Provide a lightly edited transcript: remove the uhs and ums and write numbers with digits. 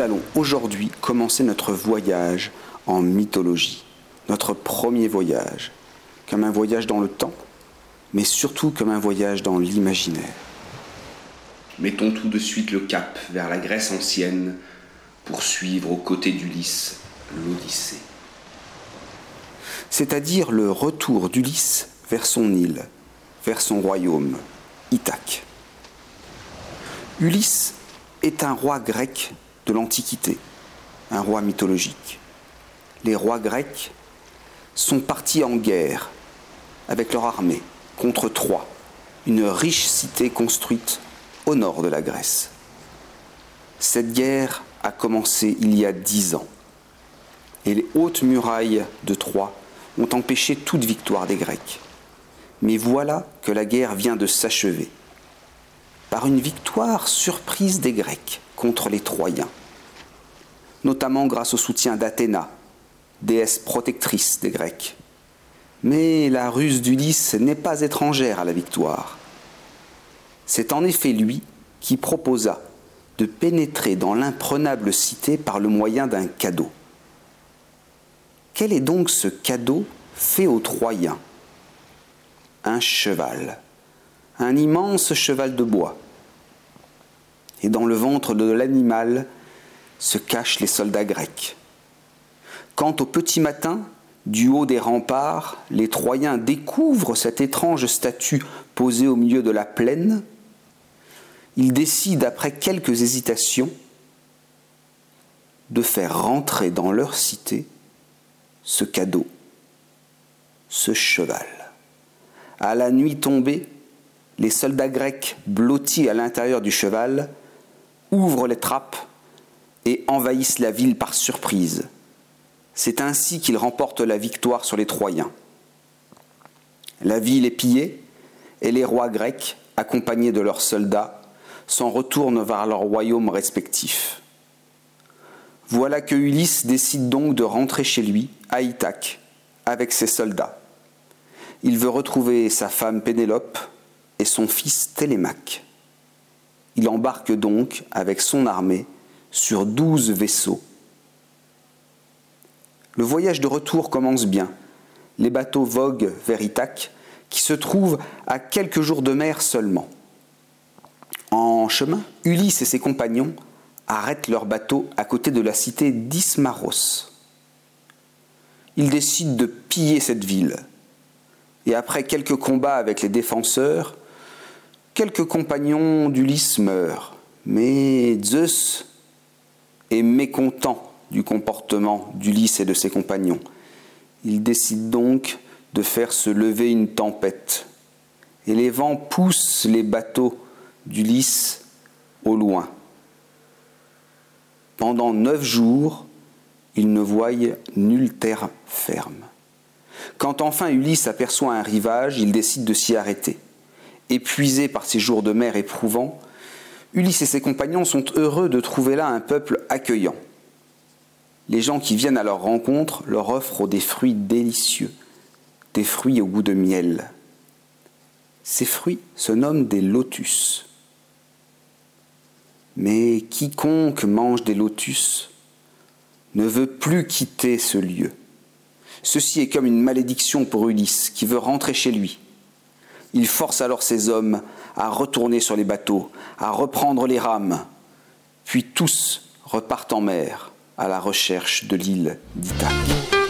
allons aujourd'hui commencer notre voyage en mythologie, notre premier voyage, comme un voyage dans le temps, mais surtout comme un voyage dans l'imaginaire. Mettons tout de suite le cap vers la Grèce ancienne pour suivre aux côtés d'Ulysse l'Odyssée. C'est-à-dire le retour d'Ulysse vers son île, vers son royaume, Ithaque. Ulysse est un roi grec de l'Antiquité, un roi mythologique. Les rois grecs sont partis en guerre avec leur armée contre Troie, une riche cité construite au nord de la Grèce. Cette guerre a commencé il y a 10 ans et les hautes murailles de Troie ont empêché toute victoire des Grecs. Mais voilà que la guerre vient de s'achever par une victoire surprise des Grecs contre les Troyens, notamment grâce au soutien d'Athéna, déesse protectrice des Grecs. Mais la ruse d'Ulysse n'est pas étrangère à la victoire. C'est en effet lui qui proposa de pénétrer dans l'imprenable cité par le moyen d'un cadeau. Quel est donc ce cadeau fait aux Troyens ? Un cheval, un immense cheval de bois. Et dans le ventre de l'animal se cachent les soldats grecs. Quand au petit matin, du haut des remparts, les Troyens découvrent cette étrange statue posée au milieu de la plaine, ils décident, après quelques hésitations, de faire rentrer dans leur cité ce cadeau, ce cheval. À la nuit tombée, les soldats grecs, blottis à l'intérieur du cheval, ouvrent les trappes et envahissent la ville par surprise. C'est ainsi qu'ils remportent la victoire sur les Troyens. La ville est pillée et les rois grecs, accompagnés de leurs soldats, s'en retournent vers leurs royaumes respectifs. Voilà que Ulysse décide donc de rentrer chez lui, à Ithaque, avec ses soldats. Il veut retrouver sa femme Pénélope et son fils Télémaque. Il embarque donc avec son armée sur 12 vaisseaux. Le voyage de retour commence bien. Les bateaux voguent vers Ithaque, qui se trouve à quelques jours de mer seulement. En chemin, Ulysse et ses compagnons arrêtent leur bateau à côté de la cité d'Ismaros. Ils décident de piller cette ville. Et après quelques combats avec les défenseurs, quelques compagnons d'Ulysse meurent. Mais Zeus est mécontent du comportement d'Ulysse et de ses compagnons. Il décide donc de faire se lever une tempête. Et les vents poussent les bateaux d'Ulysse au loin. Pendant 9 jours, ils ne voient nulle terre ferme. Quand enfin Ulysse aperçoit un rivage, il décide de s'y arrêter. Épuisés par ces jours de mer éprouvants, Ulysse et ses compagnons sont heureux de trouver là un peuple accueillant. Les gens qui viennent à leur rencontre leur offrent des fruits délicieux, des fruits au goût de miel. Ces fruits se nomment des lotus. Mais quiconque mange des lotus ne veut plus quitter ce lieu. Ceci est comme une malédiction pour Ulysse, qui veut rentrer chez lui. Il force alors ses hommes à retourner sur les bateaux, à reprendre les rames, puis tous repartent en mer à la recherche de l'île d'Ithaque.